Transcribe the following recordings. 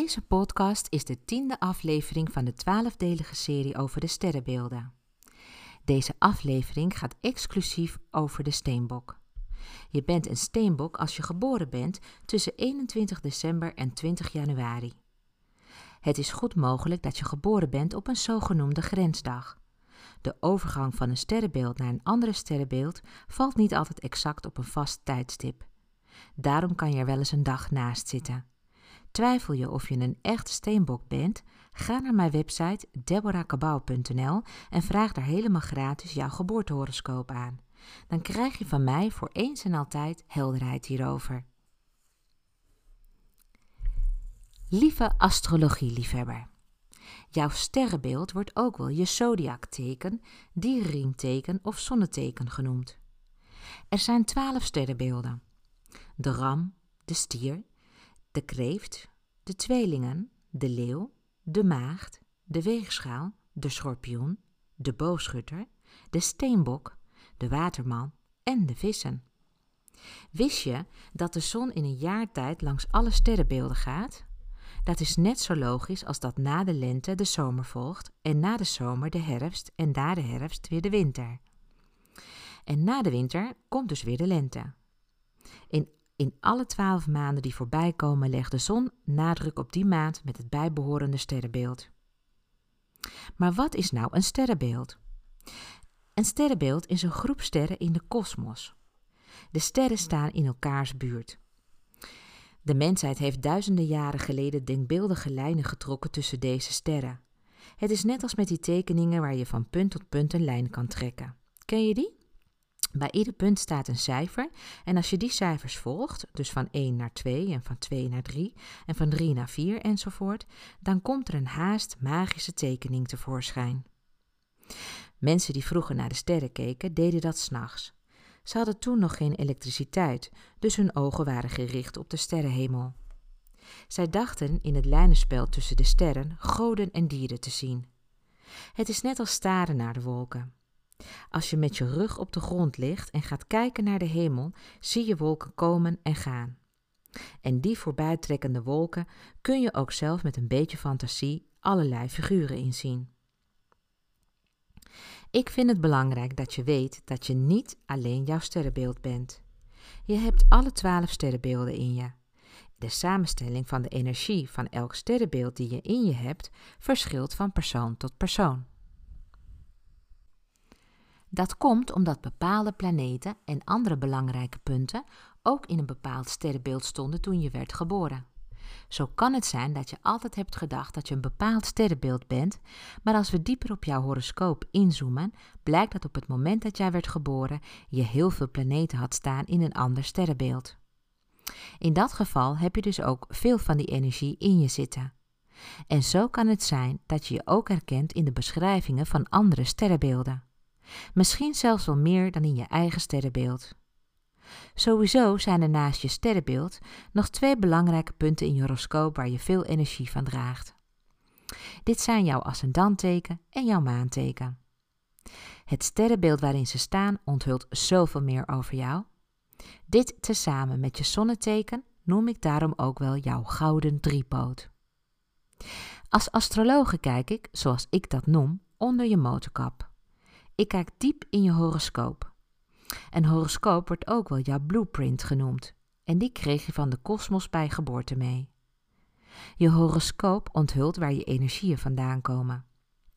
Deze podcast is de 10e aflevering van de 12-delige serie over de sterrenbeelden. Deze aflevering gaat exclusief over de steenbok. Je bent een steenbok als je geboren bent tussen 21 december en 20 januari. Het is goed mogelijk dat je geboren bent op een zogenoemde grensdag. De overgang van een sterrenbeeld naar een andere sterrenbeeld valt niet altijd exact op een vast tijdstip. Daarom kan je er wel eens een dag naast zitten. Twijfel je of je een echte steenbok bent? Ga naar mijn website deborahkabau.nl en vraag daar helemaal gratis jouw geboortehoroscoop aan. Dan krijg je van mij voor eens en altijd helderheid hierover. Lieve astrologieliefhebber, jouw sterrenbeeld wordt ook wel je zodiakteken, dierriemteken of zonneteken genoemd. Er zijn 12 sterrenbeelden: de ram, de stier, de kreeft, de tweelingen, de leeuw, de maagd, de weegschaal, de schorpioen, de boogschutter, de steenbok, de waterman en de vissen. Wist je dat de zon in een jaar tijd langs alle sterrenbeelden gaat? Dat is net zo logisch als dat na de lente de zomer volgt en na de zomer de herfst en na de herfst weer de winter. En na de winter komt dus weer de lente. In alle 12 maanden die voorbij komen legt de zon nadruk op die maand met het bijbehorende sterrenbeeld. Maar wat is nou een sterrenbeeld? Een sterrenbeeld is een groep sterren in de kosmos. De sterren staan in elkaars buurt. De mensheid heeft duizenden jaren geleden denkbeeldige lijnen getrokken tussen deze sterren. Het is net als met die tekeningen waar je van punt tot punt een lijn kan trekken. Ken je die? Bij ieder punt staat een cijfer en als je die cijfers volgt, dus van 1 naar 2 en van 2 naar 3 en van 3 naar 4 enzovoort, dan komt er een haast magische tekening tevoorschijn. Mensen die vroeger naar de sterren keken, deden dat 's nachts. Ze hadden toen nog geen elektriciteit, dus hun ogen waren gericht op de sterrenhemel. Zij dachten in het lijnenspel tussen de sterren goden en dieren te zien. Het is net als staren naar de wolken. Als je met je rug op de grond ligt en gaat kijken naar de hemel, zie je wolken komen en gaan. En die voorbijtrekkende wolken kun je ook zelf met een beetje fantasie allerlei figuren inzien. Ik vind het belangrijk dat je weet dat je niet alleen jouw sterrenbeeld bent. Je hebt alle 12 sterrenbeelden in je. De samenstelling van de energie van elk sterrenbeeld die je in je hebt, verschilt van persoon tot persoon. Dat komt omdat bepaalde planeten en andere belangrijke punten ook in een bepaald sterrenbeeld stonden toen je werd geboren. Zo kan het zijn dat je altijd hebt gedacht dat je een bepaald sterrenbeeld bent, maar als we dieper op jouw horoscoop inzoomen, blijkt dat op het moment dat jij werd geboren je heel veel planeten had staan in een ander sterrenbeeld. In dat geval heb je dus ook veel van die energie in je zitten. En zo kan het zijn dat je je ook herkent in de beschrijvingen van andere sterrenbeelden. Misschien zelfs wel meer dan in je eigen sterrenbeeld. Sowieso zijn er naast je sterrenbeeld nog 2 belangrijke punten in je horoscoop waar je veel energie van draagt. Dit zijn jouw ascendanteken en jouw maanteken. Het sterrenbeeld waarin ze staan onthult zoveel meer over jou. Dit tezamen met je zonneteken noem ik daarom ook wel jouw gouden driepoot. Als astrologe kijk ik, zoals ik dat noem, onder je motorkap. Ik kijk diep in je horoscoop. Een horoscoop wordt ook wel jouw blueprint genoemd en die kreeg je van de kosmos bij geboorte mee. Je horoscoop onthult waar je energieën vandaan komen.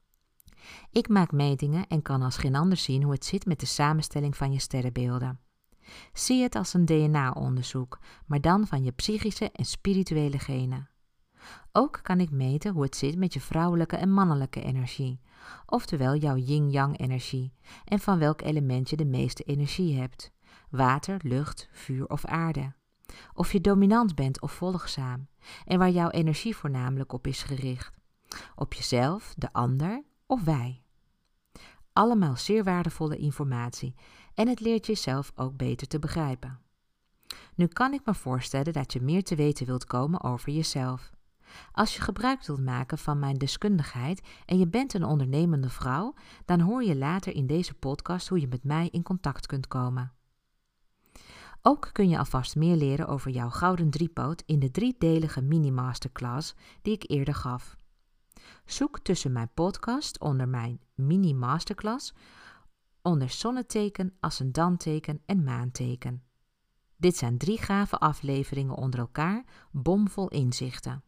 Ik maak metingen en kan als geen ander zien hoe het zit met de samenstelling van je sterrenbeelden. Zie het als een DNA-onderzoek, maar dan van je psychische en spirituele genen. Ook kan ik meten hoe het zit met je vrouwelijke en mannelijke energie, oftewel jouw yin-yang energie, en van welk element je de meeste energie hebt: water, lucht, vuur of aarde. Of je dominant bent of volgzaam, en waar jouw energie voornamelijk op is gericht: op jezelf, de ander of wij. Allemaal zeer waardevolle informatie en het leert jezelf ook beter te begrijpen. Nu kan ik me voorstellen dat je meer te weten wilt komen over jezelf. Als je gebruik wilt maken van mijn deskundigheid en je bent een ondernemende vrouw, dan hoor je later in deze podcast hoe je met mij in contact kunt komen. Ook kun je alvast meer leren over jouw gouden driepoot in de 3-delige mini-masterclass die ik eerder gaf. Zoek tussen mijn podcast onder mijn mini-masterclass onder zonneteken, ascendanteken en maanteken. Dit zijn 3 gave afleveringen onder elkaar, bomvol inzichten.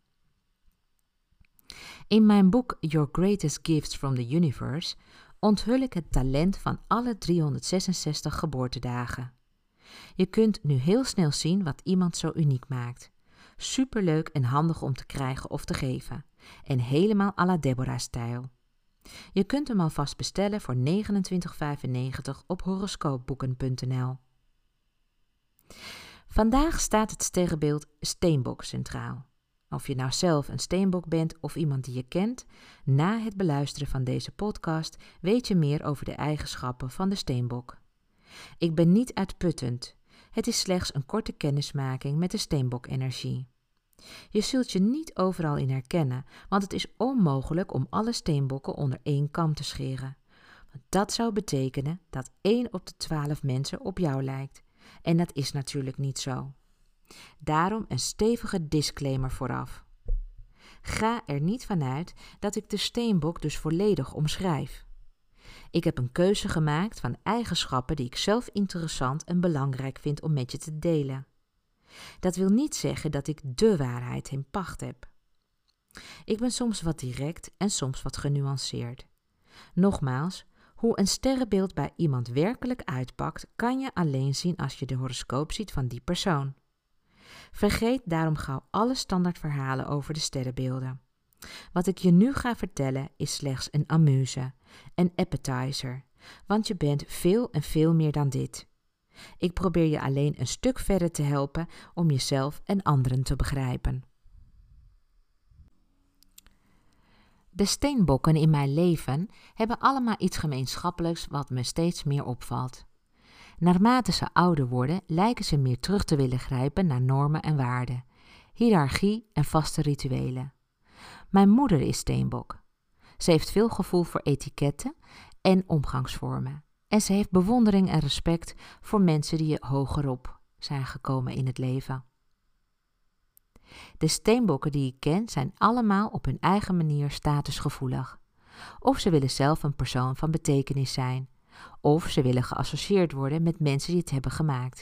In mijn boek Your Greatest Gifts from the Universe onthul ik het talent van alle 366 geboortedagen. Je kunt nu heel snel zien wat iemand zo uniek maakt. Superleuk en handig om te krijgen of te geven. En helemaal à la Deborah-stijl. Je kunt hem alvast bestellen voor €29,95 op horoscoopboeken.nl. Vandaag staat het sterrenbeeld Steenbok centraal. Of je nou zelf een steenbok bent of iemand die je kent, na het beluisteren van deze podcast weet je meer over de eigenschappen van de steenbok. Ik ben niet uitputtend. Het is slechts een korte kennismaking met de steenbok-energie. Je zult je niet overal in herkennen, want het is onmogelijk om alle steenbokken onder één kam te scheren. Want dat zou betekenen dat 1 op de 12 mensen op jou lijkt. En dat is natuurlijk niet zo. Daarom een stevige disclaimer vooraf. Ga er niet vanuit dat ik de steenbok dus volledig omschrijf. Ik heb een keuze gemaakt van eigenschappen die ik zelf interessant en belangrijk vind om met je te delen. Dat wil niet zeggen dat ik de waarheid in pacht heb. Ik ben soms wat direct en soms wat genuanceerd. Nogmaals, hoe een sterrenbeeld bij iemand werkelijk uitpakt, kan je alleen zien als je de horoscoop ziet van die persoon. Vergeet daarom gauw alle standaardverhalen over de sterrenbeelden. Wat ik je nu ga vertellen is slechts een amuse, een appetizer, want je bent veel en veel meer dan dit. Ik probeer je alleen een stuk verder te helpen om jezelf en anderen te begrijpen. De steenbokken in mijn leven hebben allemaal iets gemeenschappelijks wat me steeds meer opvalt. Naarmate ze ouder worden, lijken ze meer terug te willen grijpen naar normen en waarden, hiërarchie en vaste rituelen. Mijn moeder is steenbok. Ze heeft veel gevoel voor etiketten en omgangsvormen. En ze heeft bewondering en respect voor mensen die hogerop zijn gekomen in het leven. De steenbokken die ik ken zijn allemaal op hun eigen manier statusgevoelig. Of ze willen zelf een persoon van betekenis zijn. Of ze willen geassocieerd worden met mensen die het hebben gemaakt.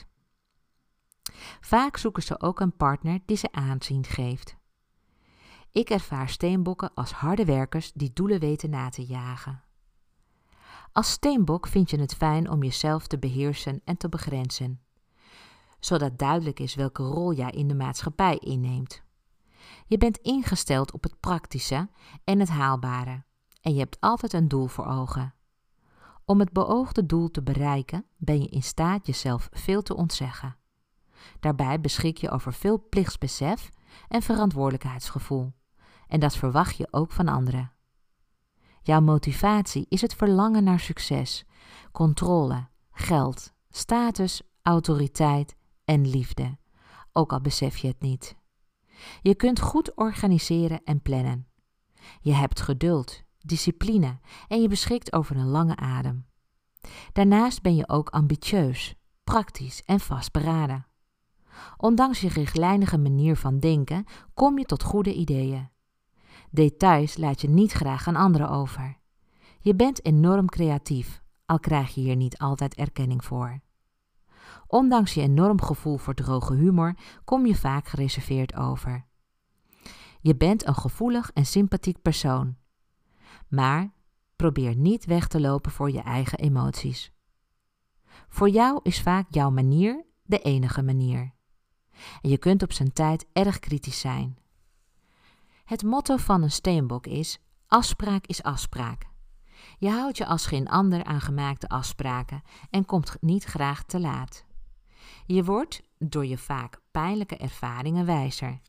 Vaak zoeken ze ook een partner die ze aanzien geeft. Ik ervaar steenbokken als harde werkers die doelen weten na te jagen. Als steenbok vind je het fijn om jezelf te beheersen en te begrenzen, zodat duidelijk is welke rol jij in de maatschappij inneemt. Je bent ingesteld op het praktische en het haalbare en je hebt altijd een doel voor ogen. Om het beoogde doel te bereiken ben je in staat jezelf veel te ontzeggen. Daarbij beschik je over veel plichtsbesef en verantwoordelijkheidsgevoel. En dat verwacht je ook van anderen. Jouw motivatie is het verlangen naar succes, controle, geld, status, autoriteit en liefde. Ook al besef je het niet. Je kunt goed organiseren en plannen. Je hebt geduld, discipline en je beschikt over een lange adem. Daarnaast ben je ook ambitieus, praktisch en vastberaden. Ondanks je rechtlijnige manier van denken kom je tot goede ideeën. Details laat je niet graag aan anderen over. Je bent enorm creatief, al krijg je hier niet altijd erkenning voor. Ondanks je enorm gevoel voor droge humor kom je vaak gereserveerd over. Je bent een gevoelig en sympathiek persoon. Maar probeer niet weg te lopen voor je eigen emoties. Voor jou is vaak jouw manier de enige manier. En je kunt op zijn tijd erg kritisch zijn. Het motto van een steenbok is: afspraak is afspraak. Je houdt je als geen ander aan gemaakte afspraken en komt niet graag te laat. Je wordt door je vaak pijnlijke ervaringen wijzer.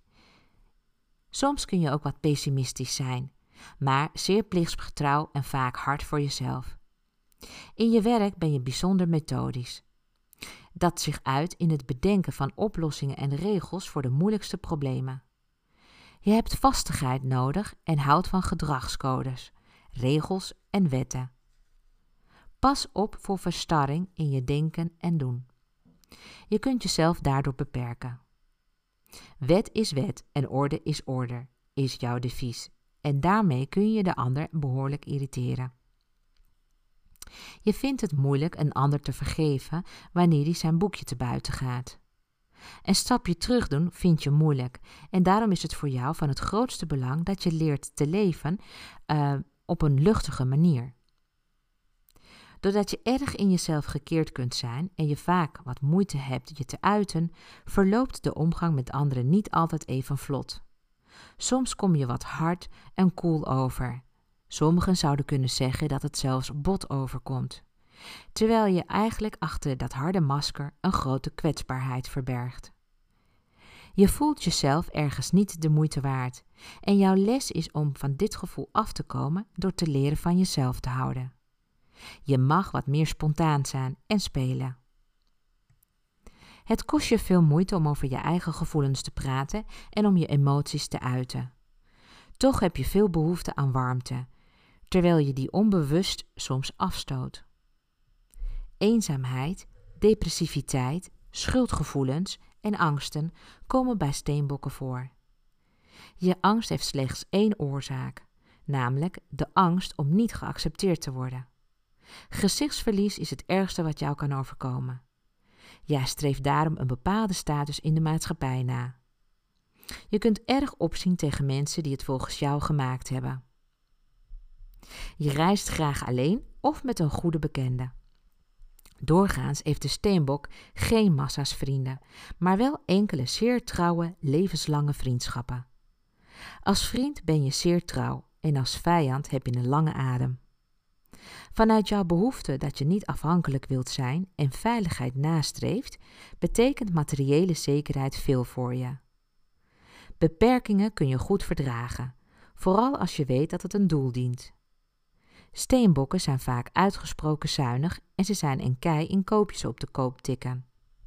Soms kun je ook wat pessimistisch zijn, maar zeer plichtsgetrouw en vaak hard voor jezelf. In je werk ben je bijzonder methodisch. Dat zich uit in het bedenken van oplossingen en regels voor de moeilijkste problemen. Je hebt vastigheid nodig en houdt van gedragscodes, regels en wetten. Pas op voor verstarring in je denken en doen. Je kunt jezelf daardoor beperken. Wet is wet en orde is orde, is jouw devies. En daarmee kun je de ander behoorlijk irriteren. Je vindt het moeilijk een ander te vergeven wanneer hij zijn boekje te buiten gaat. Een stapje terug doen vind je moeilijk en daarom is het voor jou van het grootste belang dat je leert te leven op een luchtige manier. Doordat je erg in jezelf gekeerd kunt zijn en je vaak wat moeite hebt je te uiten, verloopt de omgang met anderen niet altijd even vlot. Soms kom je wat hard en koel over. Sommigen zouden kunnen zeggen dat het zelfs bot overkomt, terwijl je eigenlijk achter dat harde masker een grote kwetsbaarheid verbergt. Je voelt jezelf ergens niet de moeite waard en jouw les is om van dit gevoel af te komen door te leren van jezelf te houden. Je mag wat meer spontaan zijn en spelen. Het kost je veel moeite om over je eigen gevoelens te praten en om je emoties te uiten. Toch heb je veel behoefte aan warmte, terwijl je die onbewust soms afstoot. Eenzaamheid, depressiviteit, schuldgevoelens en angsten komen bij steenbokken voor. Je angst heeft slechts één oorzaak, namelijk de angst om niet geaccepteerd te worden. Gezichtsverlies is het ergste wat jou kan overkomen. Jij streeft daarom een bepaalde status in de maatschappij na. Je kunt erg opzien tegen mensen die het volgens jou gemaakt hebben. Je reist graag alleen of met een goede bekende. Doorgaans heeft de steenbok geen massa's vrienden, maar wel enkele zeer trouwe, levenslange vriendschappen. Als vriend ben je zeer trouw en als vijand heb je een lange adem. Vanuit jouw behoefte dat je niet afhankelijk wilt zijn en veiligheid nastreeft, betekent materiële zekerheid veel voor je. Beperkingen kun je goed verdragen, vooral als je weet dat het een doel dient. Steenbokken zijn vaak uitgesproken zuinig en ze zijn een kei in koopjes op de koop tikken.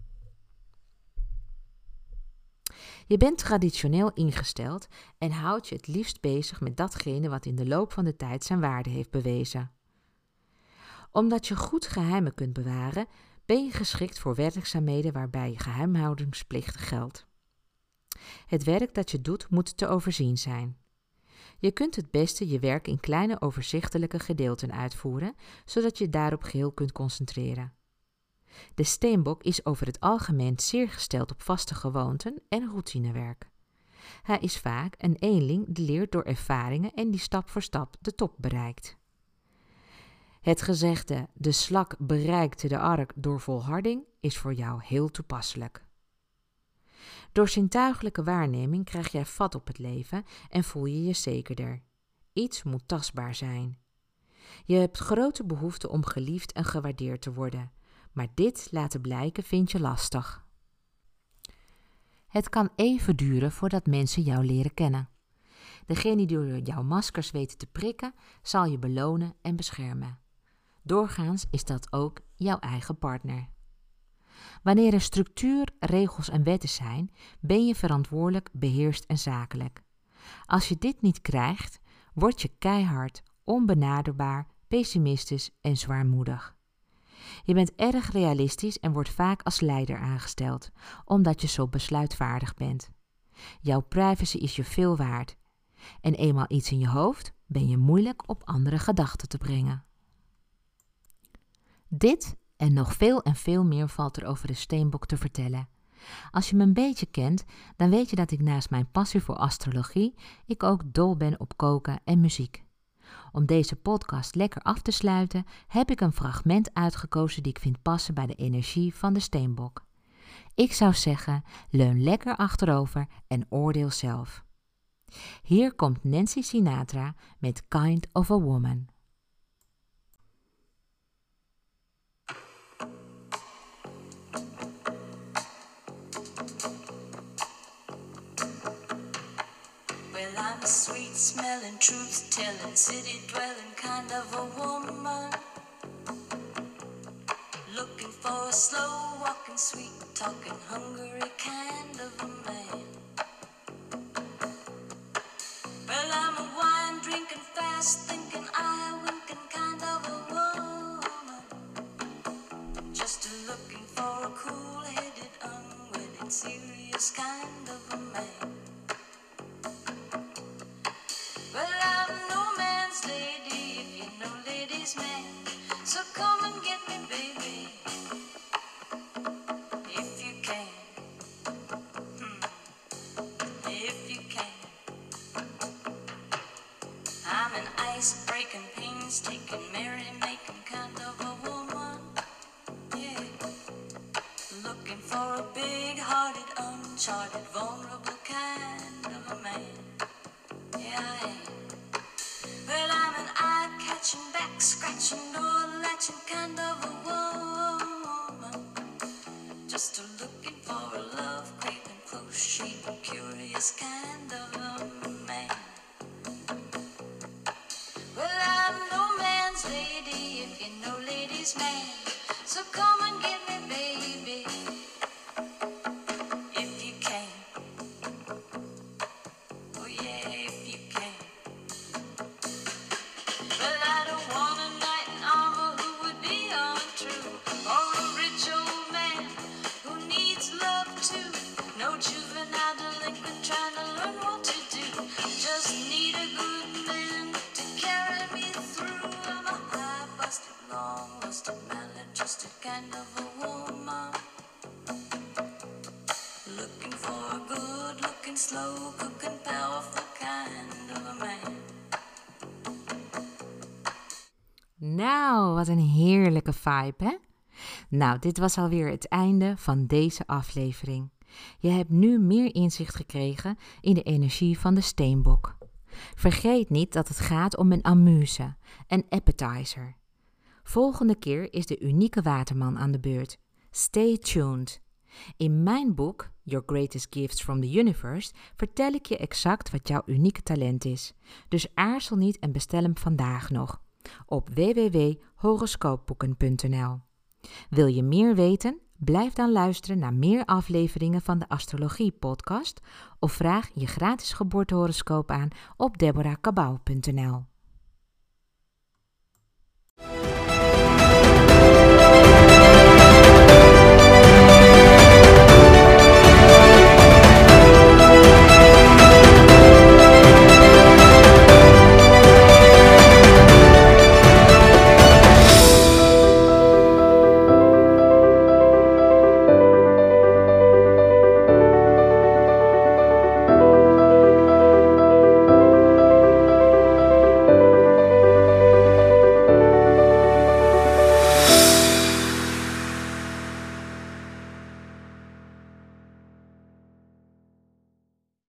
Je bent traditioneel ingesteld en houdt je het liefst bezig met datgene wat in de loop van de tijd zijn waarde heeft bewezen. Omdat je goed geheimen kunt bewaren, ben je geschikt voor werkzaamheden waarbij geheimhoudingsplicht geldt. Het werk dat je doet moet te overzien zijn. Je kunt het beste je werk in kleine overzichtelijke gedeelten uitvoeren, zodat je daarop geheel kunt concentreren. De steenbok is over het algemeen zeer gesteld op vaste gewoonten en routinewerk. Hij is vaak een eenling die leert door ervaringen en die stap voor stap de top bereikt. Het gezegde, de slak bereikte de ark door volharding, is voor jou heel toepasselijk. Door zintuigelijke waarneming krijg jij vat op het leven en voel je je zekerder. Iets moet tastbaar zijn. Je hebt grote behoefte om geliefd en gewaardeerd te worden, maar dit laten blijken vind je lastig. Het kan even duren voordat mensen jou leren kennen. Degene die door jouw maskers weten te prikken, zal je belonen en beschermen. Doorgaans is dat ook jouw eigen partner. Wanneer er structuur, regels en wetten zijn, ben je verantwoordelijk, beheerst en zakelijk. Als je dit niet krijgt, word je keihard, onbenaderbaar, pessimistisch en zwaarmoedig. Je bent erg realistisch en wordt vaak als leider aangesteld, omdat je zo besluitvaardig bent. Jouw privacy is je veel waard. En eenmaal iets in je hoofd, ben je moeilijk op andere gedachten te brengen. Dit en nog veel en veel meer valt er over de steenbok te vertellen. Als je me een beetje kent, dan weet je dat ik naast mijn passie voor astrologie, ik ook dol ben op koken en muziek. Om deze podcast lekker af te sluiten, heb ik een fragment uitgekozen die ik vind passen bij de energie van de steenbok. Ik zou zeggen, leun lekker achterover en oordeel zelf. Hier komt Nancy Sinatra met Kind of a Woman. I'm a sweet-smelling, truth-telling, city-dwelling kind of a woman, looking for a slow-walking, sweet-talking, hungry kind of a man. Well, I'm a wine-drinking, fast-thinking, eye-winking kind of a woman, just looking for a cool and serious kind of a man. Well, I'm no man's lady, if you know ladies' man. So come and get me, baby, if you can. If you can. I'm an ice-breaking, pains-taking, merry-making kind of a woman. Yeah. Looking for a big-hearted, uncharted, vulnerable kind of a man. Yeah, I am. Well, I'm an eye-catching, back-scratching, door-latching kind of a woman. Just looking for a love-craving, close-shaven, curious kind of a man. Well, I'm no man's lady, if you know ladies' man. So come and get me, baby, if you can. Oh yeah, if you can. Well, I don't want a knight in armor who would be untrue, or a rich old man who needs love too. No juvenile delinquent trying to learn what to do. Just need a good man to carry me through. I'm a high-busted, long-lusted, maladjusted kind of a woman. Looking for a good-looking, slow-cooking, powerful kind of a man. Nou, wat een heerlijke vibe, hè? Nou, dit was alweer het einde van deze aflevering. Je hebt nu meer inzicht gekregen in de energie van de steenbok. Vergeet niet dat het gaat om een amuse, een appetizer. Volgende keer is de unieke waterman aan de beurt. Stay tuned. In mijn boek, Your Greatest Gifts from the Universe, vertel ik je exact wat jouw unieke talent is. Dus aarzel niet en bestel hem vandaag nog op www.horoscoopboeken.nl. Wil je meer weten? Blijf dan luisteren naar meer afleveringen van de Astrologie podcast of vraag je gratis geboortehoroscoop aan op deborahkabau.nl.